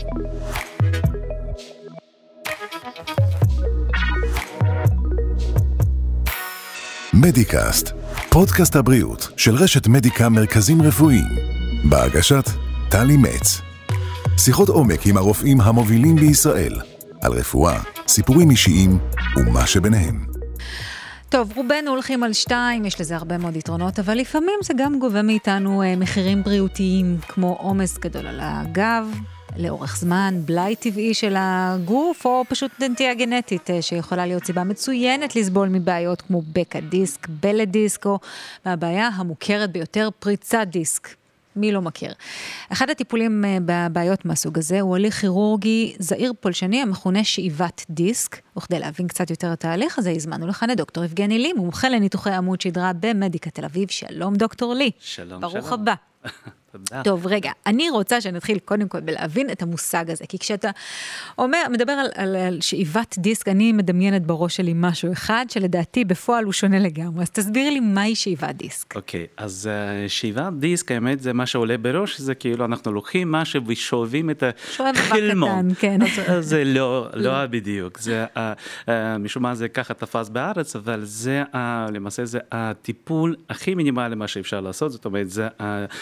מדיקאסט, פודקאסט הבריאות של רשת מדיקה מרכזים רפואיים, בהגשת טלי מצ. שיחות עומק עם הרופאים המובילים בישראל, על רפואה, סיפורים אישיים ומה שביניהם. טוב, רובנו הולכים על 2, יש לזה הרבה מאוד יתרונות, אבל לפעמים זה גם גובה מאיתנו מחירים בריאותיים, כמו עומס גדול על הגב, לאורך זמן, בלאי טבעי של הגוף, או פשוט נטייה גנטית שיכולה להיות סיבה מצוינת לסבול מבעיות כמו בקע דיסק, בלט דיסק, או מהבעיה המוכרת ביותר, פריצת דיסק. מי לא מכיר? אחד הטיפולים בבעיות מהסוג הזה הוא הליך כירורגי זעיר פולשני המכונה שאיבת דיסק, וכדי להבין קצת יותר את ההליך הזה, הזמנו לכאן את דוקטור יבגני לי, מומחה לניתוחי עמוד שדרה במדיקה תל אביב. שלום דוקטור לי. שלום. ברוך הבא. תודה. טוב, רגע, אני רוצה שנתחיל קודם כל בלהבין את המושג הזה, כי כשאתה מדבר על שאיבת דיסק, אני מדמיינת בראש שלי משהו אחד, שלדעתי בפועל הוא שונה לגמרי, אז תסביר לי מהי שאיבת דיסק. אוקיי, אז שאיבת דיסק, האמת, זה מה שעולה בראש, זה כאילו אנחנו לוקחים משהו ושואבים את החלמון. כן. אז זה לא בדיוק, זה, משום מה זה ככה תפס בארץ, אבל זה, למעשה זה הטיפול הכי מינימלי מה שאפשר לעשות, זאת אומרת, זה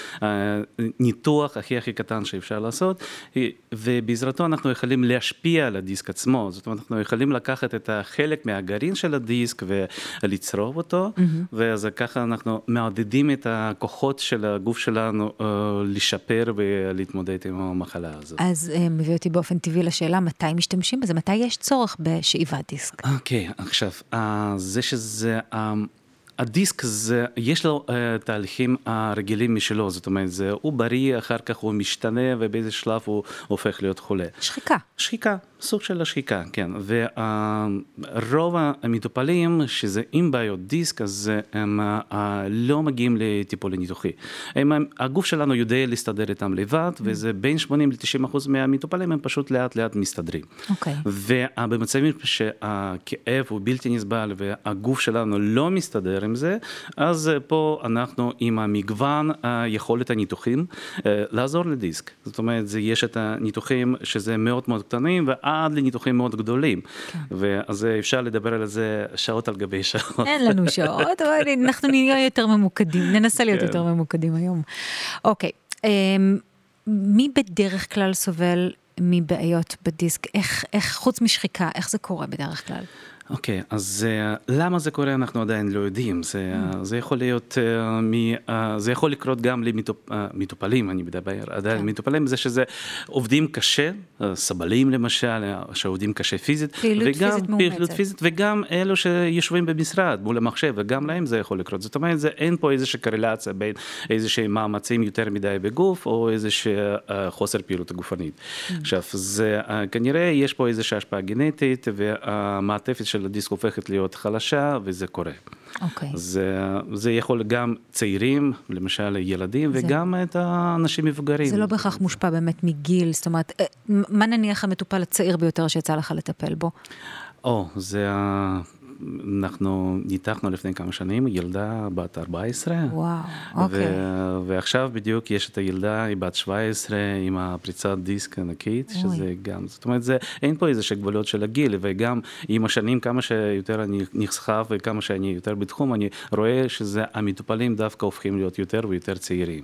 ניתוח הכי קטן שאפשר לעשות, ובעזרתו אנחנו יכולים להשפיע על הדיסק עצמו, זאת אומרת, אנחנו יכולים לקחת את החלק מהגרעין של הדיסק ולצרוב אותו, ואז ככה אנחנו מעודדים את הכוחות של הגוף שלנו לשפר ולהתמודד עם המחלה הזאת. אז מביא אותי באופן טבעי לשאלה, מתי משתמשים בזה? מתי יש צורך בשאיבת דיסק? אוקיי, עכשיו, זה שזה הדיסק זה, יש לו תהליכים הרגילים משלו, זאת אומרת, הוא בריא, אחר כך הוא משתנה, ובאיזה שלב הוא הופך להיות חולה. שחיקה, סוג של השחיקה, כן. ורוב המטופלים, שזה עם בעיות דיסק, אז הם לא מגיעים לטיפול ניתוחי. הגוף שלנו יודע להסתדר איתם לבד, וזה בין 80-90% מהמטופלים, הם פשוט לאט לאט מסתדרים. אוקיי. ובמצבים שהכאב הוא בלתי נסבל, והגוף שלנו לא מסתדר עם זה, אז פה אנחנו עם המגוון יכולת הניתוחים לעזור לדיסק. זאת אומרת, יש את הניתוחים שזה מאוד מאוד קטנים, ועד לניתוחים מאוד גדולים. כן. ואז אפשר לדבר על זה שעות על גבי שעות. אין לנו שעות, אבל אנחנו נהיה יותר ממוקדים, ננסה להיות יותר ממוקדים היום. אוקיי, מי בדרך כלל סובל מבעיות בדיסק? איך חוץ משחיקה, איך זה קורה בדרך כלל? אוקיי, אז למה זה קורה אנחנו עדיין לא יודעים, זה יכול להיות, זה יכול לקרות גם למטופלים, אני מדבר עדיין מטופלים, זה שזה עובדים קשה, סבלים למשל, שעובדים קשה פיזית, פעילות פיזית, וגם אלו שיושבים במשרד מול המחשב, וגם להם זה יכול לקרות, זאת אומרת, אין פה איזושהי קורלציה בין איזושהי מאמצים יותר מדי בגוף, או איזושהי חוסר פעילות גופנית. עכשיו, כנראה יש פה איזושהי השפעה גנטית, והמעטפת של הדיסק הופכת להיות חלשה, וזה קורה. אוקיי. זה יכול גם צעירים, למשל ילדים, וגם את האנשים מבוגרים. זה לא בהכרח מושפע באמת מגיל, זאת אומרת, מה נניח המטופל הצעיר ביותר שיצא לך לטפל בו? זה אנחנו ניתחנו לפני כמה שנים, ילדה בת 14. וואו, אוקיי. ועכשיו בדיוק יש את הילדה, היא בת 17, עם הפריצת דיסק ענקית, שזה גם, זאת אומרת, אין פה איזה גבולות של הגיל, וגם עם השנים, כמה שיותר אני נחשף, וכמה שאני יותר בתחום, אני רואה שזה המטופלים דווקא הופכים להיות יותר ויותר צעירים.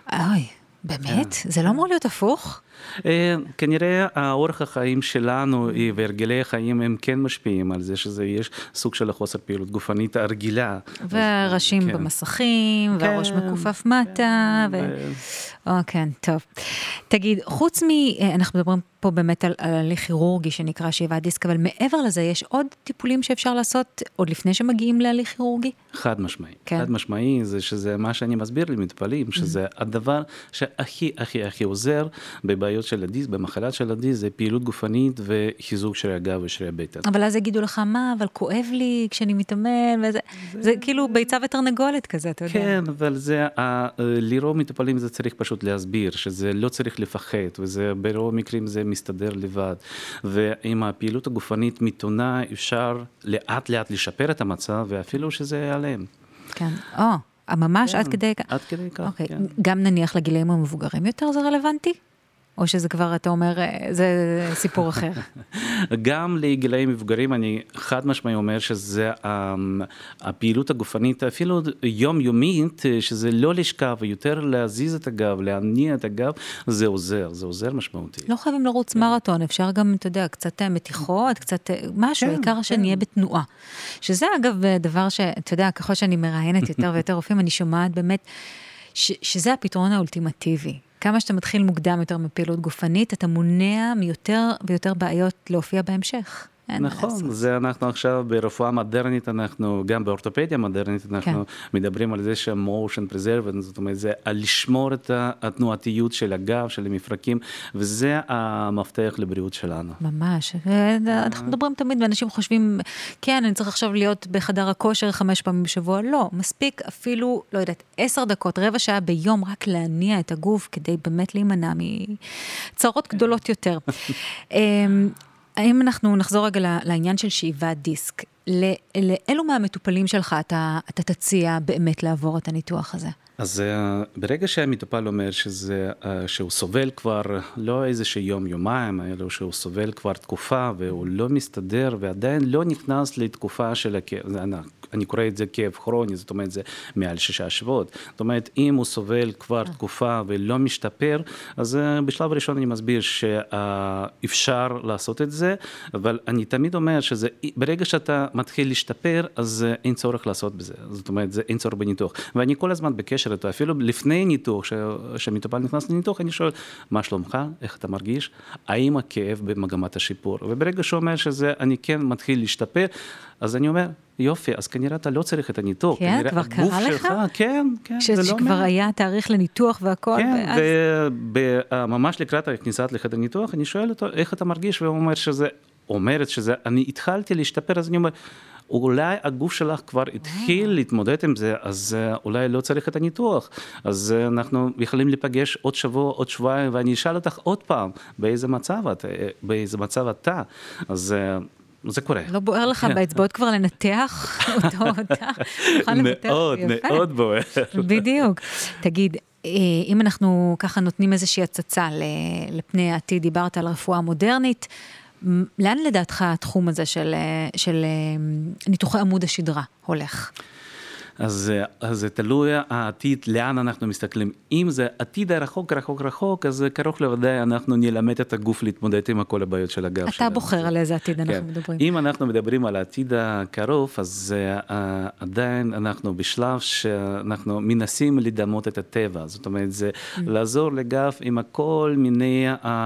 באמת? זה לא אמור להיות הפוך? כנראה האורח החיים שלנו והרגלי החיים הם כן משפיעים על זה, שזה יש סוג של חוסר פעילות גופנית הרגילה. והראשים במסכים, והראש מקופף מטה. כן, טוב. תגיד, חוץ אנחנו מדברים פה באמת על הליך כירורגי שנקרא שאיבת דיסק, אבל מעבר לזה יש עוד טיפולים שאפשר לעשות עוד לפני שמגיעים להליך כירורגי? חד משמעי. חד משמעי זה שזה מה שאני מסביר למטופלים, שזה הדבר שהכי עוזר בבעיות של הדיסק, במחלת של הדיסק, זה פעילות גופנית וחיזוק שרירי הגב ושרירי הבטן. אבל אז יגידו לך מה, אבל כואב לי כשאני מתאמן, זה כאילו ביצה ותרנגולת כזה, אתה יודע. כן, אבל זה, לרוב מטופלים זה צריך פשוט להסביר, שזה לא צריך לפחד, וזה ברוב מקרים זה מסתדר לבד. ועם הפעילות הגופנית מתונה אפשר לאט לאט לשפר את המצב, ואפילו שזה ייעלם. כן, ממש עד כדי כך. עד כדי כך, כן. גם נניח לגילאים המבוגרים יותר זה רלוונטי? או שזה כבר, אתה אומר, זה סיפור אחר? גם לגילאים מבוגרים, אני חד משמעי אומר שזה הפעילות הגופנית, אפילו יומיומית, שזה לא לשכב, ויותר להזיז את הגב, להניע את הגב, זה עוזר משמעותי. לא חייבים לרוץ מרתון, אפשר גם, אתה יודע, קצת מתיחות, קצת משהו, העיקר שנהיה בתנועה. שזה אגב דבר אתה יודע, ככל שאני מראיינת יותר ויותר רופאים, אני שומעת באמת שזה הפתרון האולטימטיבי. כמה שאתה מתחיל מוקדם יותר מפעילות גופנית, אתה מונע מיותר ויותר בעיות להופיע בהמשך. נכון, זה אנחנו עכשיו ברפואה מודרנית, אנחנו גם באורתופדיה מודרנית, אנחנו מדברים על זה ש-motion preservance, זאת אומרת, זה על לשמור את התנועתיות של הגב, של המפרקים, וזה המפתח לבריאות שלנו. ממש, אנחנו מדברים תמיד, ואנשים חושבים, כן, אני צריך עכשיו להיות בחדר הכושר 5 פעמים בשבוע, לא, מספיק אפילו, לא יודעת, 10 דקות, רבע שעה ביום, רק להניע את הגוף, כדי באמת להימנע מצרות גדולות יותר. האם אנחנו נחזור רגע לעניין של שאיבת דיסק, לאלו מהמטופלים שלך אתה תציע באמת לעבור את הניתוח הזה? אז ברגע שהמטופל אומר שהוא סובל כבר לא איזשהו יום-יומיים, אלא שהוא סובל כבר תקופה והוא לא מסתדר ועדיין לא נכנס לתקופה של הכאב, אני קורא את זה כאב כרוני, זאת אומרת זה מעל 6 שבועות. זאת אומרת, אם הוא סובל כבר תקופה ולא משתפר, אז בשלב הראשון אני מסביר שאפשר לעשות את זה, אבל אני תמיד אומר שזה, ברגע שאתה מתחיל להשתפר, אז אין צורך לעשות בזה. זאת אומרת, אין צורך בניתוח. ואני כל הזמן בקשר איתו, אפילו לפני ניתוח, שהמטופל נכנס לניתוח, אני שואל, מה שלומך? איך אתה מרגיש? האם הכאב במגמת השיפור? וברגע שהוא אומר שזה, אני כן מתחיל להשתפר, אז אני אומר, יופי, אז כנראה אתה לא צריך את הניתוח. כן, כבר קרה לך? כן, זה לא שכבר היה תאריך לניתוח והכל. כן, וממש לקראת הכניסת לחדר ניתוח, אני שואל אותו, איך אתה מרגיש? והוא אומרת שזה, אני התחלתי להשתפר, אז אני אומר, אולי הגוף שלך כבר התחיל להתמודד עם זה, אז אולי לא צריך את הניתוח. אז אנחנו יכולים לפגש עוד שבוע, עוד שבועיים, ואני אשאל אותך עוד פעם, באיזה מצב אתה. אז זה קורה. לא בוער לך באצבעות כבר לנתח אותה? מאוד בוער. בדיוק. תגיד, אם אנחנו ככה נותנים איזושהי הצצה לפני העתיד, דיברת על רפואה מודרנית, לאן לדעתך התחום הזה של ניתוחי עמוד השדרה הולך? אז זה תלוי העתיד, לאן אנחנו מסתכלים. אם זה עתיד רחוק, אז קרוב לוודאי אנחנו נלמד את הגוף להתמודד עם כל הבעיות של הגב שלנו. אתה בוחר על איזה עתיד אנחנו מדברים. אם אנחנו מדברים על העתיד הקרוב, אז עדיין אנחנו בשלב שאנחנו מנסים לדמות את הטבע. זאת אומרת, זה לעזור לגב עם כל מיני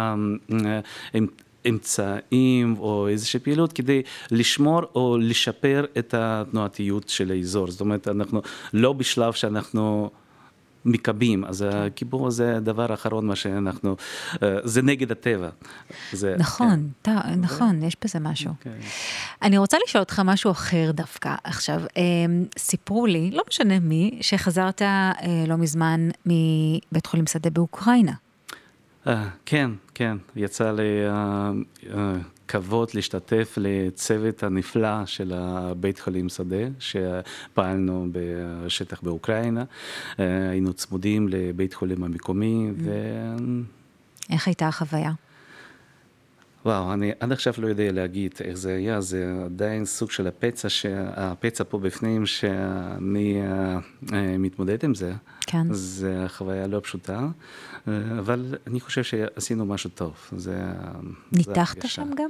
אמצעים או איזושהי פעילות כדי לשמור או לשפר את התנועתיות של האזור. זאת אומרת, אנחנו לא בשלב שאנחנו מקבים, אז הכיבור זה הדבר האחרון מה שאנחנו, זה נגד הטבע. נכון, נכון, יש בזה משהו. אני רוצה לשאול אותך משהו אחר דווקא. עכשיו, סיפרו לי, לא משנה מי, שחזרת לא מזמן מבית חולים שדה באוקראינה. כן, יצא לי כבוד להשתתף לצוות הנפלא של בית חולים שדה, שפעלנו בשטח באוקראינה, היינו צמודים לבית חולים המקומי. איך הייתה החוויה? וואו, אני עד עכשיו לא יודע להגיד איך זה היה, זה עדיין סוג של הפצע פה בפנים שאני מתמודד עם זה. כן. זה חוויה לא פשוטה, אבל אני חושב שעשינו משהו טוב. ניתחת שם גם?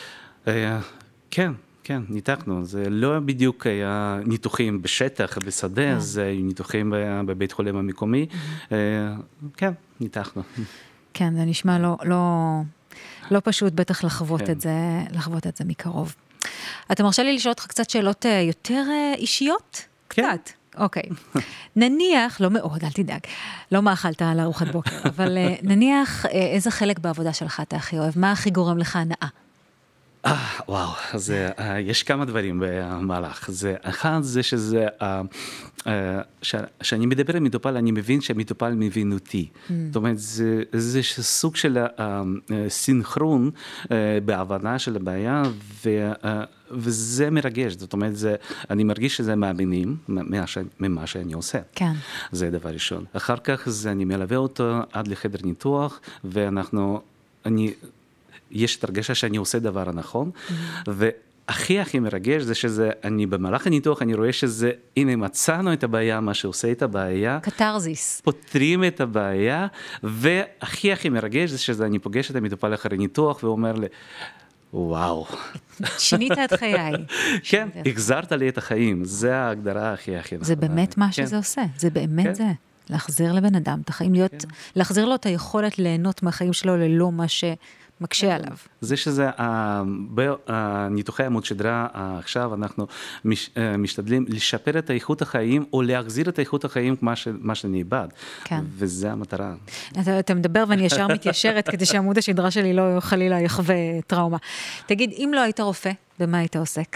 כן, ניתחנו. זה לא בדיוק היה ניתוחים בשטח, בשדה, זה היו ניתוחים בבית חולים המקומי. כן, ניתחנו. כן, זה נשמע לא פשוט בטח לחוות את זה מקרוב. אתה מרשה לי לשאול אותך קצת שאלות יותר אישיות? כן. קצת. אוקיי. נניח, לא מאוד, אל תדאג, לא מה אכלת על ארוחת בוקר, אבל נניח איזה חלק בעבודה שלך אתה הכי אוהב? מה הכי גורם לך הנאה? וואו, יש כמה דברים במהלך. אחד זה שזה, שאני מדבר עם מטופל, אני מבין שהמטופל מבין אותי. זאת אומרת, זה סוג של סינכרון בהבנה של הבעיה, וזה מרגש. זאת אומרת, אני מרגיש שזה מאמינים ממה שאני עושה. כן. זה דבר ראשון. אחר כך אני מלווה אותו עד לחדר ניתוח, יש את הרגשה שאני עושה דבר הנכון, והכי מרגש זה שזה, במהלך הניתוח אני רואה שזה, הנה מצאנו את הבעיה, מה שעושה את הבעיה. קטרזיס. פותרים את הבעיה, והכי מרגש זה שזה, אני פוגש את המטופל אחרי ניתוח, ואומר לי, וואו. שינית את חיי. כן, החזרת לי את החיים, זה ההגדרה הכי נכונה. זה באמת מה שזה עושה, זה באמת זה. להחזיר לבן אדם את החיים, להחזיר לו את היכולת ליהנות מהחיים שלו ללא מה שמקשה עליו. זה שזה, בניתוחי עמוד שדרה, עכשיו אנחנו משתדלים לשפר את איכות החיים, או להחזיר את איכות החיים מה שנאבד. כן. וזה המטרה. אתה מדבר ואני ישר מתיישרת, כדי שעמוד השדרה שלי לא חלילה יחווה טראומה. תגיד, אם לא היית רופא, במה היית עוסק?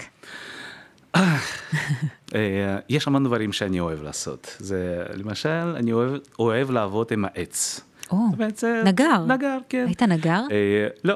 יש המון דברים שאני אוהב לעשות. זה, למשל, אני אוהב לעבוד עם העץ. נגר. נגר, כן. היית נגר? לא.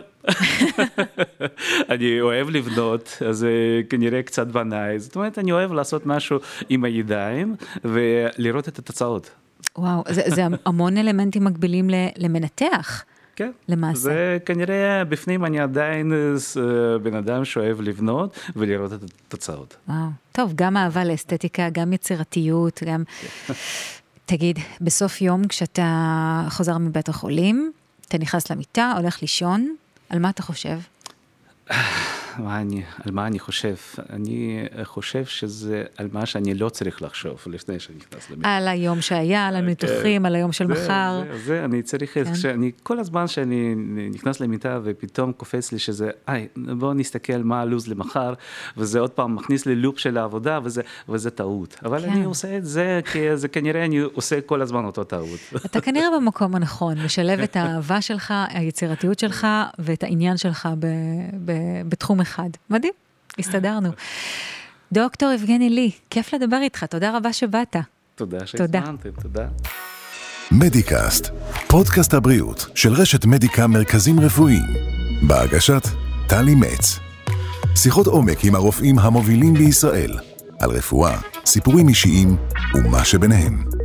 אני אוהב לבנות, אז כנראה קצת בנאי. זאת אומרת, אני אוהב לעשות משהו עם הידיים, ולראות את התוצאות. וואו, זה המון אלמנטים מקבילים למנתח. כן, למעשה. זה כנראה בפנים אני עדיין בן אדם שאוהב לבנות ולראות את התוצאות. וואו, טוב, גם אהבה לאסתטיקה, גם יצירתיות, גם... תגיד, בסוף יום כשאתה חוזר מבית החולים, אתה נכנס למיטה, הולך לישון, על מה אתה חושב? על מה אני חושב? אני חושב שזה על מה שאני לא צריך לחשוב לפני שאני נכנס למיטה. על היום שהיה, על הניתוחים, על היום של מחר. זה, אני צריך, כל הזמן שאני נכנס למיטה ופתאום קופץ לי שזה, בוא נסתכל מה הלוז למחר, וזה עוד פעם מכניס לי לופ של העבודה, וזה טעות. אבל אני עושה את זה, כי זה כנראה אני עושה כל הזמן אותו טעות. אתה כנראה במקום הנכון, משלב את האהבה שלך, היצירתיות שלך, ואת העניין שלך בתחום אחד. מדהים, הסתדרנו. דוקטור יבגני לי, כיף לדבר איתך, תודה רבה שבאת. תודה שהזמנתם, תודה. מדיקאסט, פודקאסט הבריאות של רשת מדיקה מרכזים רפואיים, בהגשת טלי מצ. שיחות עומק עם הרופאים המובילים בישראל, על רפואה, סיפורים אישיים ומה שביניהם.